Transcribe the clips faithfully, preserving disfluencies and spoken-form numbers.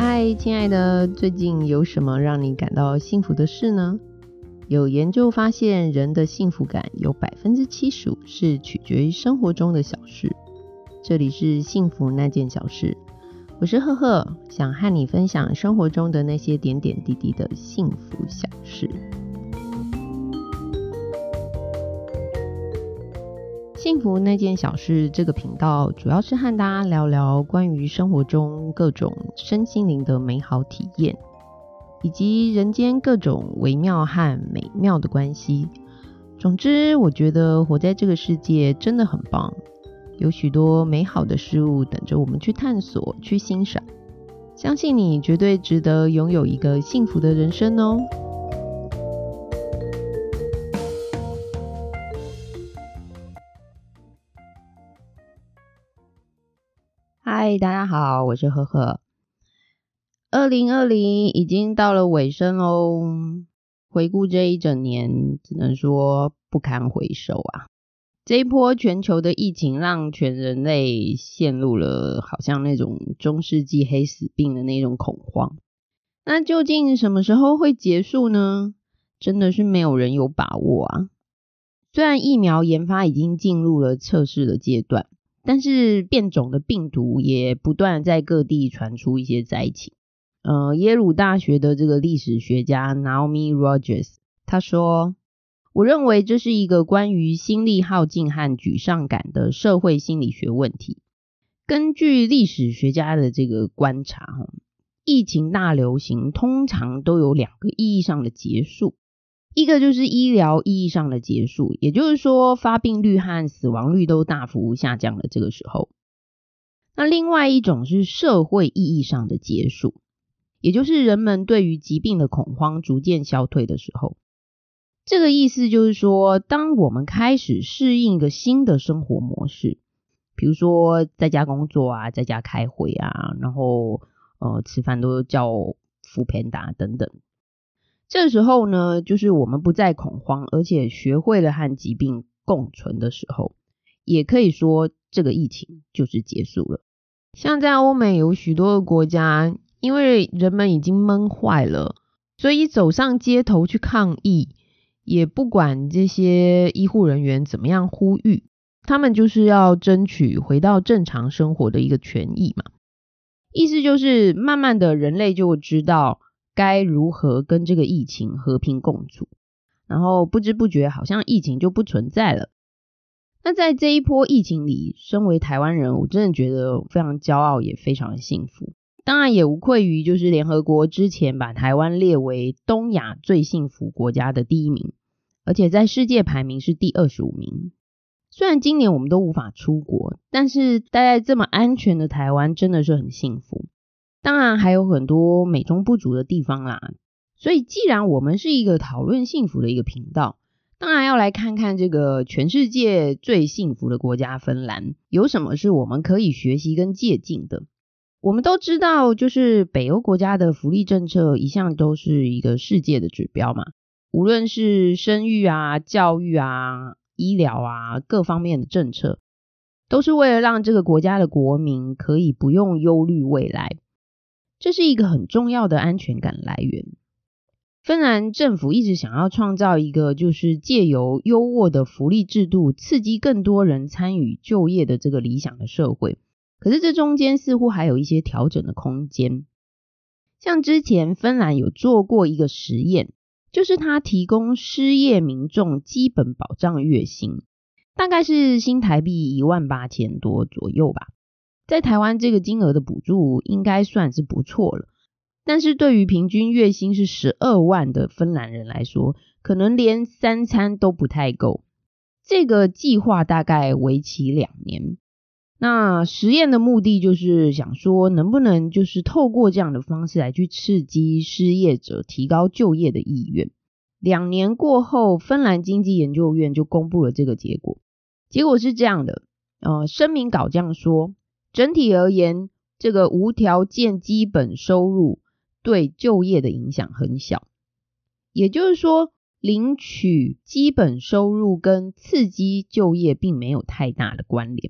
嗨，亲爱的，最近有什么让你感到幸福的事呢？有研究发现，人的幸福感有 百分之七十五 是取决于生活中的小事。这里是幸福那件小事，我是赫赫，想和你分享生活中的那些点点滴滴的幸福小事。幸福那件小事这个频道主要是和大家聊聊关于生活中各种身心灵的美好体验，以及人间各种微妙和美妙的关系。总之，我觉得活在这个世界真的很棒，有许多美好的事物等着我们去探索、去欣赏。相信你绝对值得拥有一个幸福的人生哦。嗨，大家好，我是赫赫。二零二零已经到了尾声咯，回顾这一整年，只能说不堪回首啊。这一波全球的疫情让全人类陷入了好像那种中世纪黑死病的那种恐慌。那究竟什么时候会结束呢？真的是没有人有把握啊。虽然疫苗研发已经进入了测试的阶段，但是变种的病毒也不断在各地传出一些灾情。呃，耶鲁大学的这个历史学家 Naomi Rogers 他说，我认为这是一个关于心力耗尽和沮丧感的社会心理学问题。根据历史学家的这个观察，疫情大流行通常都有两个意义上的结束。一个就是医疗意义上的结束，也就是说发病率和死亡率都大幅下降了这个时候。那另外一种是社会意义上的结束，也就是人们对于疾病的恐慌逐渐消退的时候。这个意思就是说，当我们开始适应一个新的生活模式，比如说在家工作啊，在家开会啊，然后呃吃饭都叫 Foodpanda 等等。这时候呢，就是我们不再恐慌，而且学会了和疾病共存的时候，也可以说这个疫情就是结束了。像在欧美有许多的国家，因为人们已经闷坏了，所以走上街头去抗议，也不管这些医护人员怎么样呼吁，他们就是要争取回到正常生活的一个权益嘛。意思就是慢慢的人类就知道该如何跟这个疫情和平共处，然后不知不觉好像疫情就不存在了。那在这一波疫情里，身为台湾人，我真的觉得非常骄傲，也非常的幸福。当然也无愧于就是联合国之前把台湾列为东亚最幸福国家的第一名，而且在世界排名是第二十五名。虽然今年我们都无法出国，但是待在这么安全的台湾真的是很幸福。当然还有很多美中不足的地方啦，所以既然我们是一个讨论幸福的一个频道，当然要来看看这个全世界最幸福的国家芬兰有什么是我们可以学习跟借鉴的。我们都知道，就是北欧国家的福利政策一向都是一个世界的指标嘛，无论是生育啊、教育啊、医疗啊各方面的政策，都是为了让这个国家的国民可以不用忧虑未来。这是一个很重要的安全感来源。芬兰政府一直想要创造一个就是借由优渥的福利制度刺激更多人参与就业的这个理想的社会，可是这中间似乎还有一些调整的空间。像之前芬兰有做过一个实验，就是他提供失业民众基本保障月薪，大概是新台币一万八千多左右吧。在台湾这个金额的补助应该算是不错了，但是对于平均月薪是十二万的芬兰人来说，可能连三餐都不太够。这个计划大概为期两年。那实验的目的就是想说，能不能就是透过这样的方式来去刺激失业者提高就业的意愿。两年过后，芬兰经济研究院就公布了这个结果。结果是这样的，呃，声明稿这样说，整体而言，这个无条件基本收入对就业的影响很小。也就是说，领取基本收入跟刺激就业并没有太大的关联。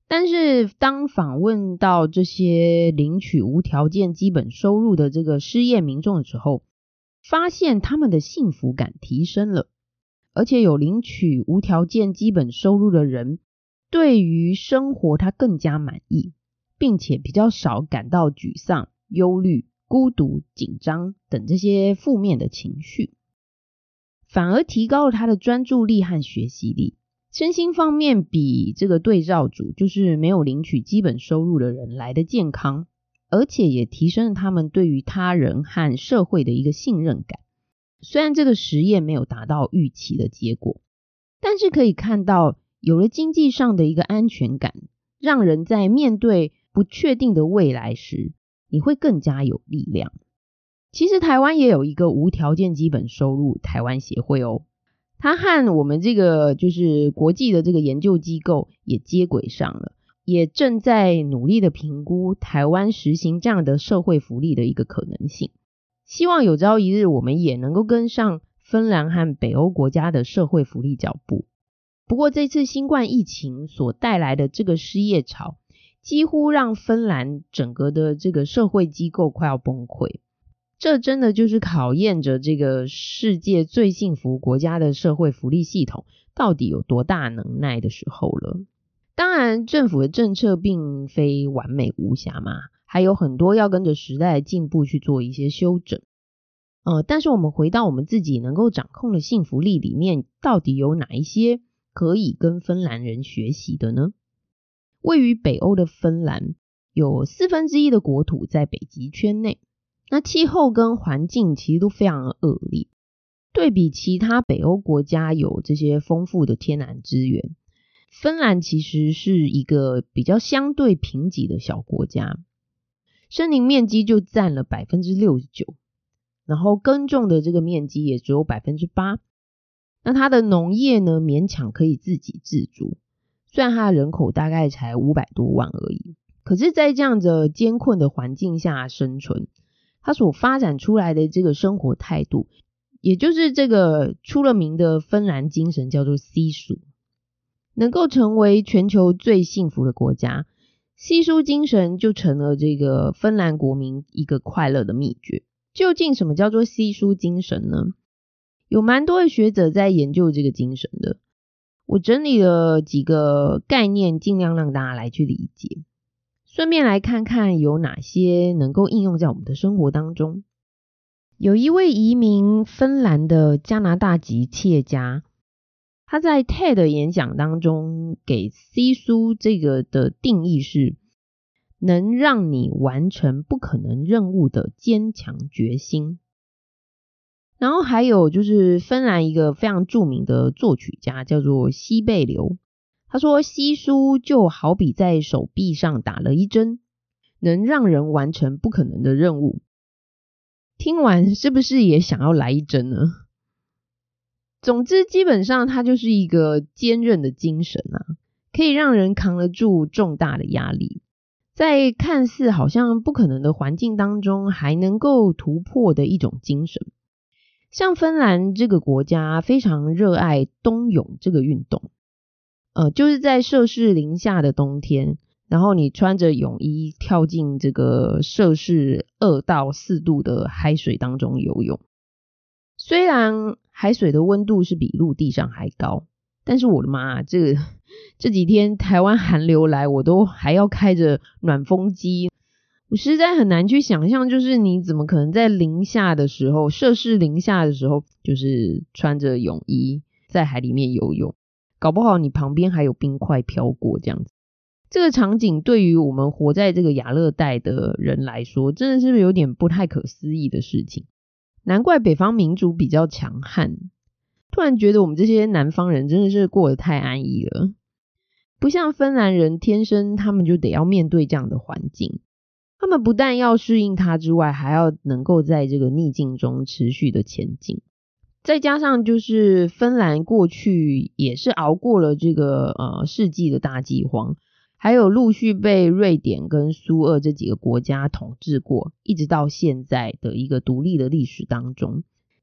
但是当访问到这些领取无条件基本收入的这个失业民众的时候，发现他们的幸福感提升了，而且有领取无条件基本收入的人对于生活他更加满意，并且比较少感到沮丧、忧虑、孤独、紧张等这些负面的情绪，反而提高了他的专注力和学习力。身心方面比这个对照组，就是没有领取基本收入的人来的健康，而且也提升了他们对于他人和社会的一个信任感。虽然这个实验没有达到预期的结果，但是可以看到有了经济上的一个安全感，让人在面对不确定的未来时，你会更加有力量。其实台湾也有一个无条件基本收入台湾协会哦，它和我们这个就是国际的这个研究机构也接轨上了，也正在努力的评估台湾实行这样的社会福利的一个可能性。希望有朝一日我们也能够跟上芬兰和北欧国家的社会福利脚步。不过这次新冠疫情所带来的这个失业潮，几乎让芬兰整个的这个社会机构快要崩溃。这真的就是考验着这个世界最幸福国家的社会福利系统到底有多大能耐的时候了。当然政府的政策并非完美无瑕嘛，还有很多要跟着时代的进步去做一些修正。呃，但是我们回到我们自己能够掌控的幸福力里面，到底有哪一些可以跟芬兰人学习的呢？位于北欧的芬兰有四分之一的国土在北极圈内，那气候跟环境其实都非常的恶劣，对比其他北欧国家有这些丰富的天然资源，芬兰其实是一个比较相对贫瘠的小国家，森林面积就占了 百分之六十九， 然后耕种的这个面积也只有 百分之八， 那它的农业呢勉强可以自给自足，虽然它的人口大概才五百多万而已，可是在这样的艰困的环境下生存，他所发展出来的这个生活态度，也就是这个出了名的芬兰精神，叫做西苏，能够成为全球最幸福的国家。西苏精神就成了这个芬兰国民一个快乐的秘诀。究竟什么叫做西苏精神呢？有蛮多的学者在研究这个精神的，我整理了几个概念，尽量让大家来去理解。顺便来看看有哪些能够应用在我们的生活当中。有一位移民芬兰的加拿大籍企业家，他在 T E D 演讲当中给西苏这个的定义是能让你完成不可能任务的坚强决心。然后还有就是芬兰一个非常著名的作曲家叫做西贝流，他说西苏就好比在手臂上打了一针，能让人完成不可能的任务。听完是不是也想要来一针呢？总之基本上它就是一个坚韧的精神啊，可以让人扛得住重大的压力，在看似好像不可能的环境当中还能够突破的一种精神。像芬兰这个国家非常热爱冬泳这个运动，呃，就是在摄氏零下的冬天，然后你穿着泳衣跳进这个摄氏二到四度的海水当中游泳。虽然海水的温度是比陆地上还高，但是我的妈，这个这几天台湾寒流来，我都还要开着暖风机。我实在很难去想象，就是你怎么可能在零下的时候，摄氏零下的时候，就是穿着泳衣在海里面游泳，搞不好你旁边还有冰块飘过这样子。这个场景对于我们活在这个亚热带的人来说，真的是有点不太可思议的事情。难怪北方民族比较强悍，突然觉得我们这些南方人真的是过得太安逸了。不像芬兰人天生他们就得要面对这样的环境，他们不但要适应它之外，还要能够在这个逆境中持续的前进。再加上就是芬兰过去也是熬过了这个呃世纪的大饥荒，还有陆续被瑞典跟苏俄这几个国家统治过，一直到现在的一个独立的历史当中。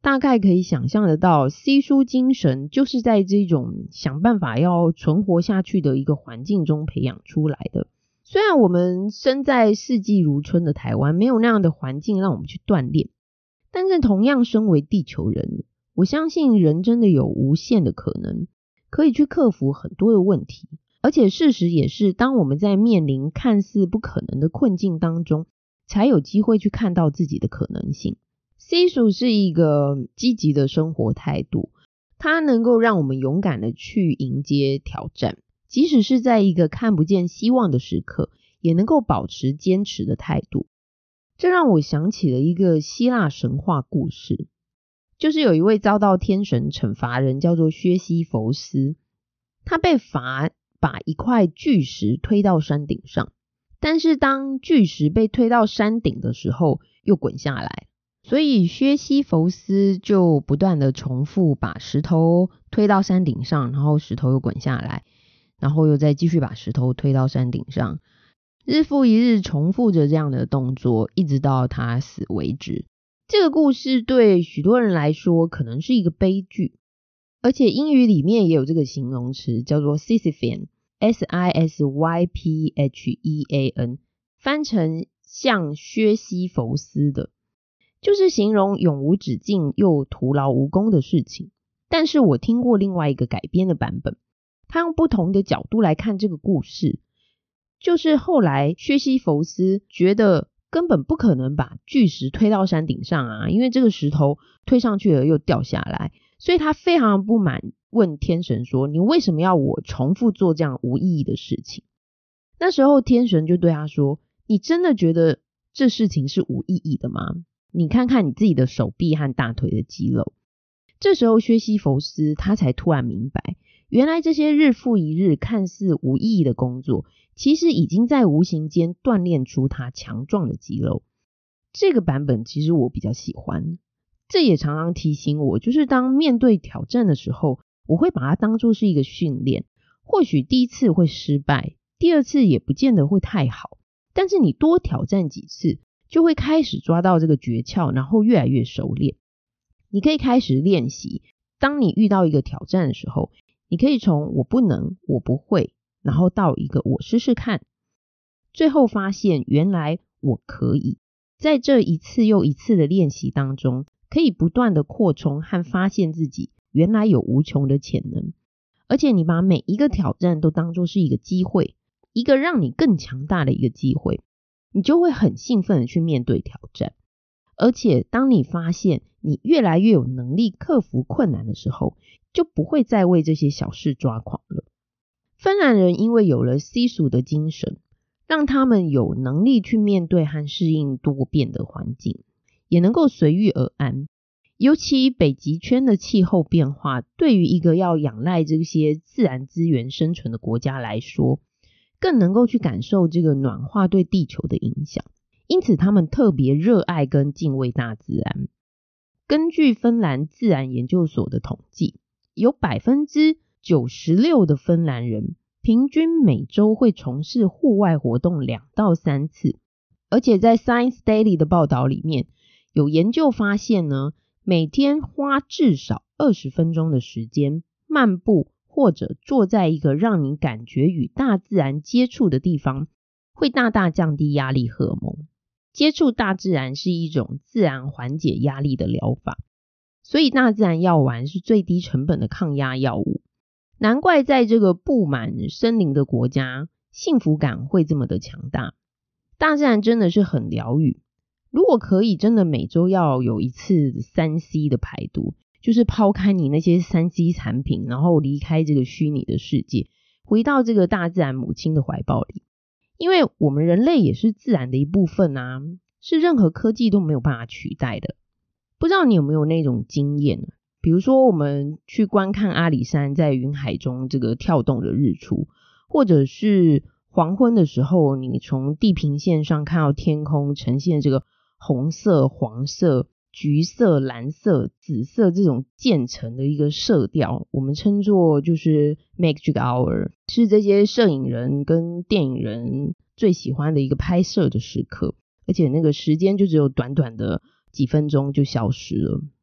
大概可以想象得到 C 书精神就是在这种想办法要存活下去的一个环境中培养出来的。虽然我们身在四季如春的台湾，没有那样的环境让我们去锻炼，但是同样身为地球人，我相信人真的有无限的可能，可以去克服很多的问题。而且事实也是，当我们在面临看似不可能的困境当中，才有机会去看到自己的可能性。C 属是一个积极的生活态度，它能够让我们勇敢的去迎接挑战，即使是在一个看不见希望的时刻，也能够保持坚持的态度。这让我想起了一个希腊神话故事，就是有一位遭到天神惩罚人，叫做薛西弗斯，他被罚把一块巨石推到山顶上，但是当巨石被推到山顶的时候又滚下来，所以薛西弗斯就不断的重复把石头推到山顶上，然后石头又滚下来，然后又再继续把石头推到山顶上，日复一日重复着这样的动作，一直到他死为止。这个故事对许多人来说可能是一个悲剧，而且英语里面也有这个形容词叫做 Sisyphean， S I S Y P H E A N， 翻成像薛西弗斯的，就是形容永无止境又徒劳无功的事情。但是我听过另外一个改编的版本，他用不同的角度来看这个故事，就是后来薛西弗斯觉得根本不可能把巨石推到山顶上啊，因为这个石头推上去了又掉下来，所以他非常不满，问天神说，你为什么要我重复做这样无意义的事情？那时候天神就对他说，你真的觉得这事情是无意义的吗？你看看你自己的手臂和大腿的肌肉。这时候薛西弗斯他才突然明白，原来这些日复一日看似无意义的工作，其实已经在无形间锻炼出他强壮的肌肉。这个版本其实我比较喜欢，这也常常提醒我，就是当面对挑战的时候，我会把它当作是一个训练。或许第一次会失败，第二次也不见得会太好，但是你多挑战几次，就会开始抓到这个诀窍，然后越来越熟练。你可以开始练习，当你遇到一个挑战的时候，你可以从我不能，我不会，然后到一个我试试看，最后发现原来我可以。在这一次又一次的练习当中，可以不断的扩充和发现自己原来有无穷的潜能。而且你把每一个挑战都当作是一个机会，一个让你更强大的一个机会，你就会很兴奋的去面对挑战。而且当你发现你越来越有能力克服困难的时候，就不会再为这些小事抓狂了。芬兰人因为有了 C 属的精神，让他们有能力去面对和适应多变的环境，也能够随遇而安。尤其北极圈的气候变化，对于一个要仰赖这些自然资源生存的国家来说，更能够去感受这个暖化对地球的影响。因此他们特别热爱跟敬畏大自然。根据芬兰自然研究所的统计，有 百分之九十六 的芬兰人平均每周会从事户外活动两到三次。而且在 Science Daily 的报道里面，有研究发现呢，每天花至少二十分钟的时间漫步或者坐在一个让你感觉与大自然接触的地方，会大大降低压力荷尔蒙。接触大自然是一种自然缓解压力的疗法，所以大自然药丸是最低成本的抗压药物。难怪在这个布满森林的国家，幸福感会这么的强大。大自然真的是很疗愈。如果可以，真的每周要有一次 三 C 的排毒，就是抛开你那些 三 C 产品，然后离开这个虚拟的世界，回到这个大自然母亲的怀抱里。因为我们人类也是自然的一部分啊，是任何科技都没有办法取代的。不知道你有没有那种经验，比如说我们去观看阿里山在云海中这个跳动的日出，或者是黄昏的时候，你从地平线上看到天空呈现这个红色、黄色、橘色、蓝色、紫色这种渐层的一个色调，我们称作就是 magic hour， 是这些摄影人跟电影人最喜欢的一个拍摄的时刻，而且那个时间就只有短短的几分钟就消失了。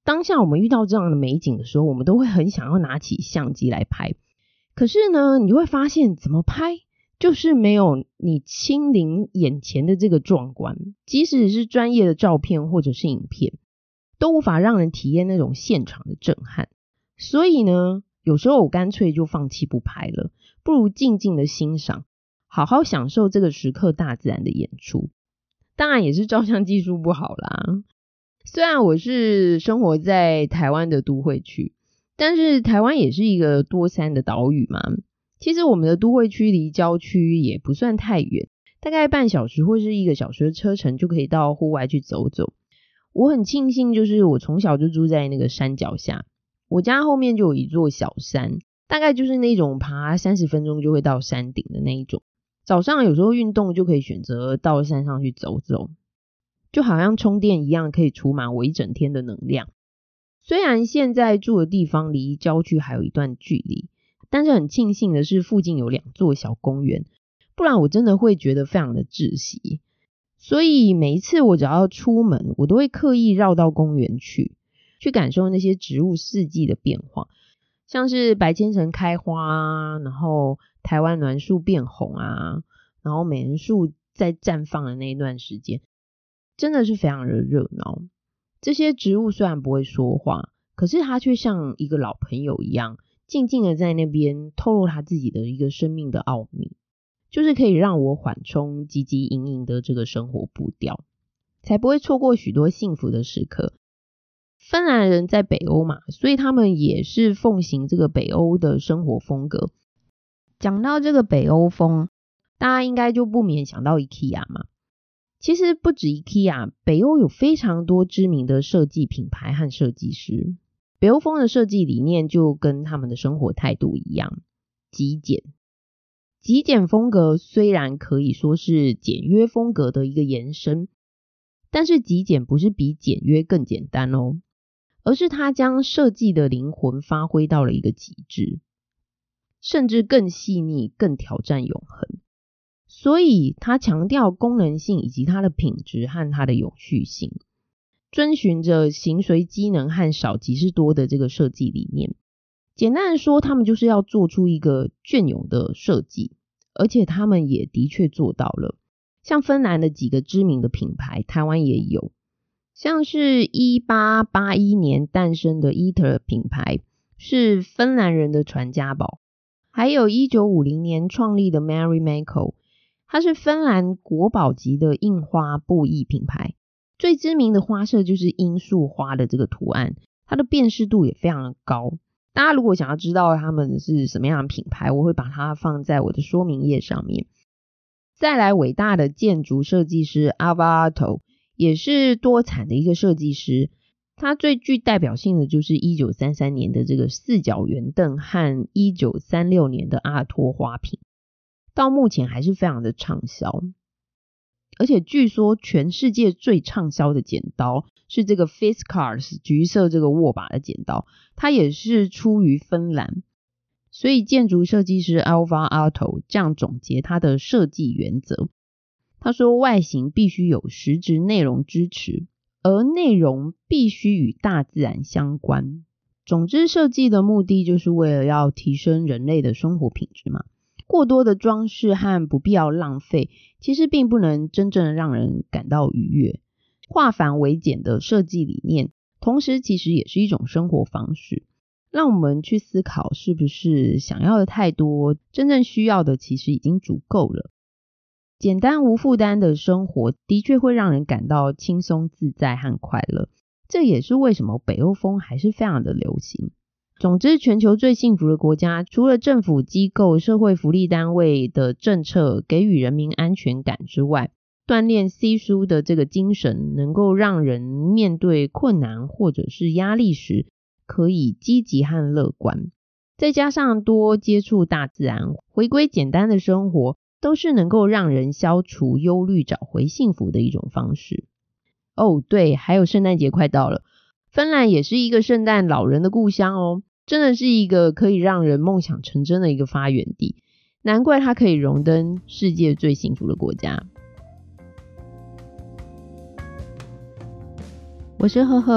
当下我们遇到这样的美景的时候，我们都会很想要拿起相机来拍。可是呢，你会发现怎么拍就是没有你亲临眼前的这个壮观，即使是专业的照片或者是影片，都无法让人体验那种现场的震撼。所以呢，有时候我干脆就放弃不拍了，不如静静的欣赏，好好享受这个时刻大自然的演出。当然也是照相技术不好啦。虽然我是生活在台湾的都会区，但是台湾也是一个多山的岛屿嘛。其实我们的都会区离郊区也不算太远，大概半小时或是一个小时的车程就可以到户外去走走。我很庆幸就是我从小就住在那个山脚下，我家后面就有一座小山，大概就是那种爬三十分钟就会到山顶的那一种。早上有时候运动就可以选择到山上去走走，就好像充电一样，可以储满我一整天的能量。虽然现在住的地方离郊区还有一段距离，但是很庆幸的是附近有两座小公园，不然我真的会觉得非常的窒息。所以每一次我只要出门，我都会刻意绕到公园去，去感受那些植物四季的变化，像是白千层开花啊，然后台湾栾树变红啊，然后美人树在绽放的那一段时间，真的是非常的热闹。这些植物虽然不会说话，可是它却像一个老朋友一样，静静的在那边透露他自己的一个生命的奥秘，就是可以让我缓冲汲汲营营的这个生活步调，才不会错过许多幸福的时刻。芬兰人在北欧嘛，所以他们也是奉行这个北欧的生活风格。讲到这个北欧风，大家应该就不免想到 IKEA 嘛。其实不止 IKEA， 北欧有非常多知名的设计品牌和设计师。北欧风的设计理念就跟他们的生活态度一样，极简。极简风格虽然可以说是简约风格的一个延伸，但是极简不是比简约更简单哦，而是它将设计的灵魂发挥到了一个极致，甚至更细腻，更挑战永恒。所以它强调功能性以及它的品质和它的永续性，遵循着形随机能和少即是多的这个设计理念。简单的说，他们就是要做出一个隽永的设计，而且他们也的确做到了。像芬兰的几个知名的品牌，台湾也有，像是一八八一年诞生的 I T E R 品牌，是芬兰人的传家宝。还有一九五零年创立的 Marimekko， 它是芬兰国宝级的印花布艺品牌，最知名的花色就是罂粟花的这个图案，它的辨识度也非常的高。大家如果想要知道他们是什么样的品牌，我会把它放在我的说明页上面。再来，伟大的建筑设计师 Alvar Aalto 也是多产的一个设计师，他最具代表性的就是一九三三年的这个四角圆凳和一九三六年的阿尔托花瓶，到目前还是非常的畅销。而且据说全世界最畅销的剪刀是这个 Fiskars 橘色这个握把的剪刀，它也是出于芬兰。所以建筑设计师 Alvar Aalto 这样总结他的设计原则，他说外形必须有实质内容支持，而内容必须与大自然相关。总之设计的目的就是为了要提升人类的生活品质嘛。过多的装饰和不必要浪费，其实并不能真正让人感到愉悦。化繁为简的设计理念，同时其实也是一种生活方式，让我们去思考是不是想要的太多，真正需要的其实已经足够了。简单无负担的生活的确会让人感到轻松自在和快乐，这也是为什么北欧风还是非常的流行。总之，全球最幸福的国家，除了政府机构、社会福利单位的政策给予人民安全感之外，锻炼 C 书的这个精神，能够让人面对困难或者是压力时可以积极和乐观。再加上多接触大自然，回归简单的生活，都是能够让人消除忧虑、找回幸福的一种方式。哦，对，还有圣诞节快到了，芬兰也是一个圣诞老人的故乡哦，真的是一个可以让人梦想成真的一个发源地，难怪它可以荣登世界最幸福的国家。我是赫赫，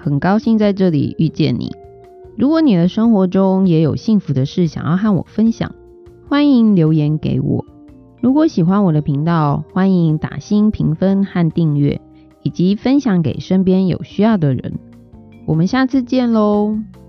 很高兴在这里遇见你。如果你的生活中也有幸福的事想要和我分享，欢迎留言给我。如果喜欢我的频道，欢迎打星评分和订阅，以及分享给身边有需要的人。我们下次见咯。